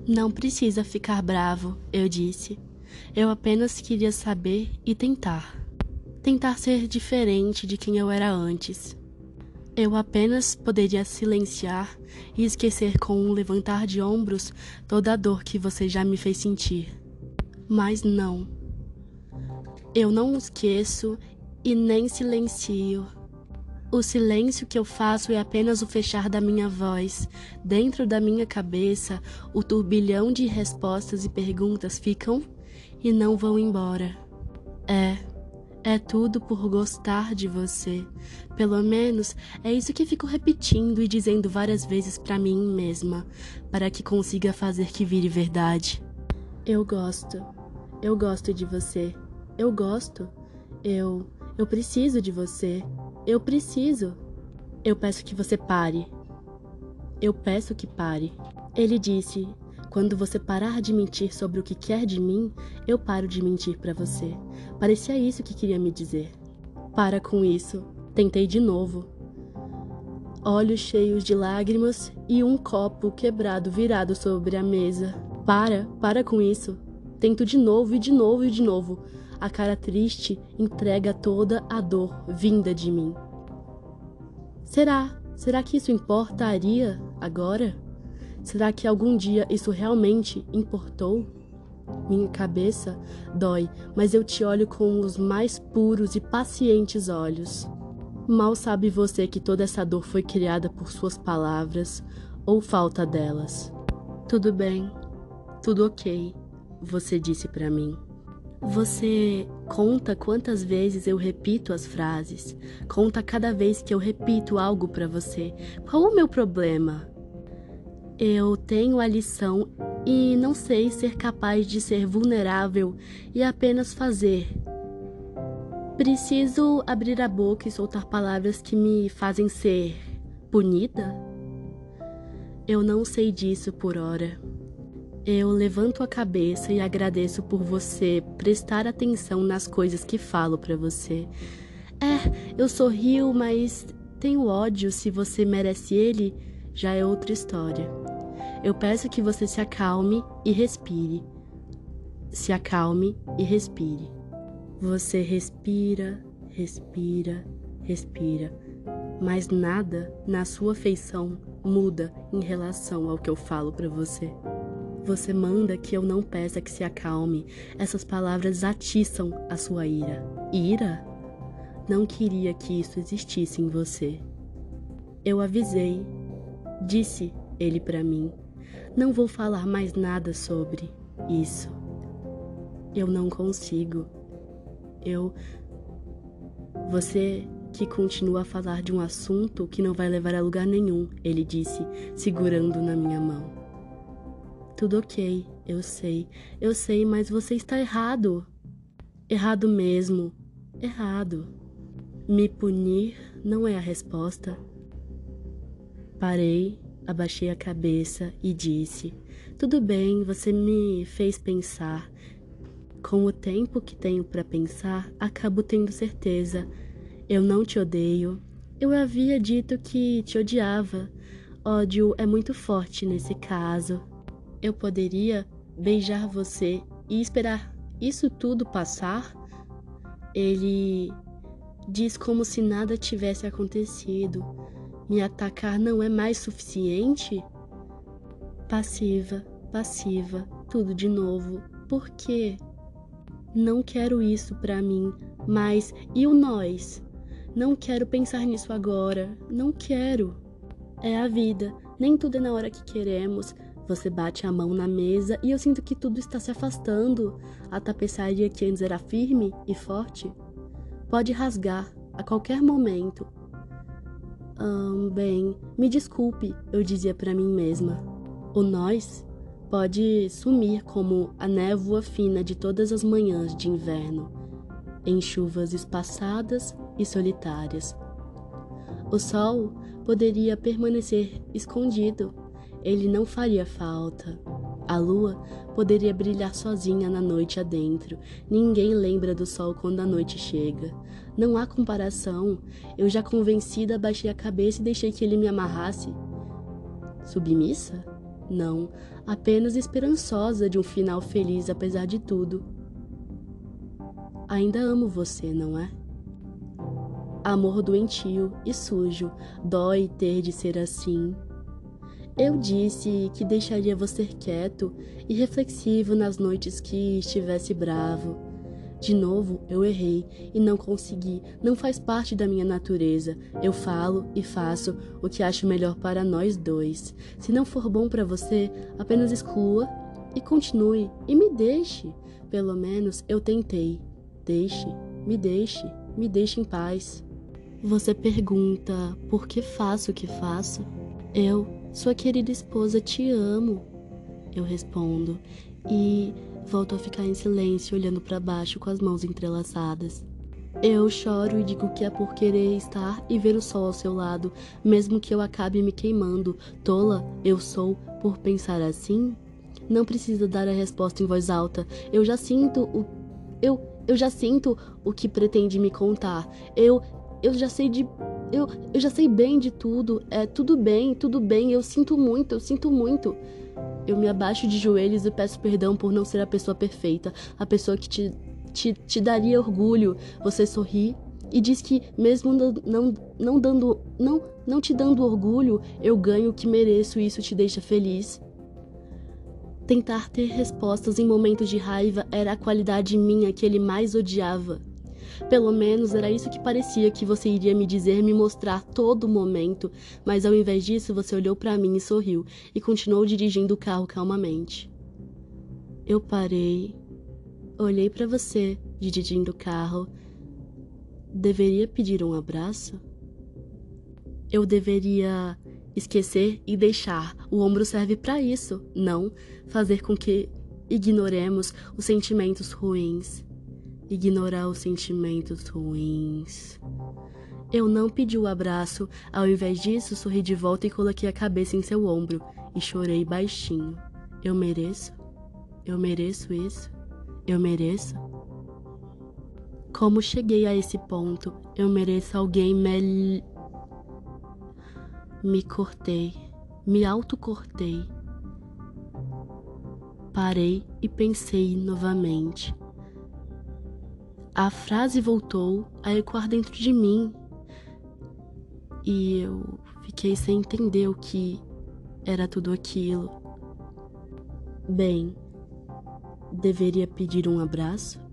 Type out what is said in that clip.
Não precisa ficar bravo, eu disse. Eu apenas queria saber e tentar. Tentar ser diferente de quem eu era antes. Eu apenas poderia silenciar e esquecer com um levantar de ombros toda a dor que você já me fez sentir. Mas não. Eu não esqueço e nem silencio. O silêncio que eu faço é apenas o fechar da minha voz. Dentro da minha cabeça, o turbilhão de respostas e perguntas ficam e não vão embora. É tudo por gostar de você. Pelo menos é isso que fico repetindo e dizendo várias vezes pra mim mesma, para que consiga fazer que vire verdade. Eu gosto de você. Eu gosto. Eu preciso de você. Eu preciso. Eu peço que você pare. Eu peço que pare. Ele disse: quando você parar de mentir sobre o que quer de mim, eu paro de mentir pra você. Parecia isso que queria me dizer. Para com isso. Tentei de novo. Olhos cheios de lágrimas e um copo quebrado virado sobre a mesa. Para com isso. Tento de novo e de novo e de novo. A cara triste entrega toda a dor vinda de mim. Será que isso importaria agora? Será que algum dia isso realmente importou? Minha cabeça dói, mas eu te olho com os mais puros e pacientes olhos. Mal sabe você que toda essa dor foi criada por suas palavras ou falta delas. Tudo bem, tudo ok, você disse pra mim. Você conta quantas vezes eu repito as frases. Conta cada vez que eu repito algo pra você. Qual o meu problema? Eu tenho a lição e não sei ser capaz de ser vulnerável e apenas fazer. Preciso abrir a boca e soltar palavras que me fazem ser punida? Eu não sei disso por hora. Eu levanto a cabeça e agradeço por você prestar atenção nas coisas que falo pra você. Eu sorrio, mas tenho ódio. Se você merece ele, já é outra história. Eu peço que você se acalme e respire. Se acalme e respire. Você respira, respira, respira. Mas nada na sua feição muda em relação ao que eu falo pra você. Você manda que eu não peça que se acalme. Essas palavras atiçam a sua ira. Ira? Não queria que isso existisse em você. Eu avisei. Disse ele pra mim. Não vou falar mais nada sobre isso. Eu não consigo. Você que continua a falar de um assunto que não vai levar a lugar nenhum, ele disse, segurando na minha mão. Tudo ok, eu sei, mas você está errado. Errado mesmo, errado. Me punir não é a resposta. Parei, abaixei a cabeça e disse: tudo bem, você me fez pensar. Com o tempo que tenho para pensar, acabo tendo certeza. Eu não te odeio. Eu havia dito que te odiava. Ódio é muito forte nesse caso. Eu poderia beijar você e esperar isso tudo passar? Ele diz como se nada tivesse acontecido. Me atacar não é mais suficiente? Passiva, tudo de novo. Por quê? Não quero isso pra mim, mas e o nós? Não quero pensar nisso agora, não quero. É a vida, nem tudo é na hora que queremos. Você bate a mão na mesa e eu sinto que tudo está se afastando. A tapeçaria que antes era firme e forte pode rasgar a qualquer momento. Bem, me desculpe, eu dizia pra mim mesma. O nós pode sumir como a névoa fina de todas as manhãs de inverno, em chuvas espaçadas e solitárias. O sol poderia permanecer escondido, ele não faria falta. A lua poderia brilhar sozinha na noite adentro. Ninguém lembra do sol quando a noite chega. Não há comparação. Eu já convencida, baixei a cabeça e deixei que ele me amarrasse. Submissa? Não, apenas esperançosa de um final feliz apesar de tudo. Ainda amo você, não é? Amor doentio e sujo, dói ter de ser assim. Eu disse que deixaria você quieto e reflexivo nas noites que estivesse bravo. De novo, eu errei e não consegui, não faz parte da minha natureza. Eu falo e faço o que acho melhor para nós dois. Se não for bom para você, apenas exclua e continue e me deixe. Pelo menos eu tentei. Me deixe em paz. Você pergunta por que faço o que faço? Eu, sua querida esposa, te amo. Eu respondo e volto a ficar em silêncio, olhando para baixo com as mãos entrelaçadas. Eu choro e digo que é por querer estar e ver o sol ao seu lado, mesmo que eu acabe me queimando. Tola eu sou por pensar assim? Não precisa dar a resposta em voz alta. Eu já sinto o que pretende me contar. Eu já sei eu já sei bem de tudo. É tudo bem. Eu sinto muito. Eu me abaixo de joelhos e peço perdão por não ser a pessoa perfeita, a pessoa que te daria orgulho. Você sorri e diz que mesmo não te dando orgulho, eu ganho o que mereço e isso te deixa feliz. Tentar ter respostas em momentos de raiva era a qualidade minha que ele mais odiava. Pelo menos era isso que parecia que você iria me dizer, me mostrar todo momento, mas ao invés disso você olhou para mim e sorriu, e continuou dirigindo o carro calmamente. Eu parei, olhei para você, dirigindo o carro. Deveria pedir um abraço? Eu deveria esquecer e deixar. O ombro serve para isso, não fazer com que ignoremos os sentimentos ruins. Ignorar os sentimentos ruins. Eu não pedi o abraço, ao invés disso, sorri de volta e coloquei a cabeça em seu ombro e chorei baixinho. Eu mereço isso? Eu mereço? Como cheguei a esse ponto? Eu mereço alguém Me cortei, me autocortei. Parei e pensei novamente. A frase voltou a ecoar dentro de mim e eu fiquei sem entender o que era tudo aquilo. Bem, deveria pedir um abraço?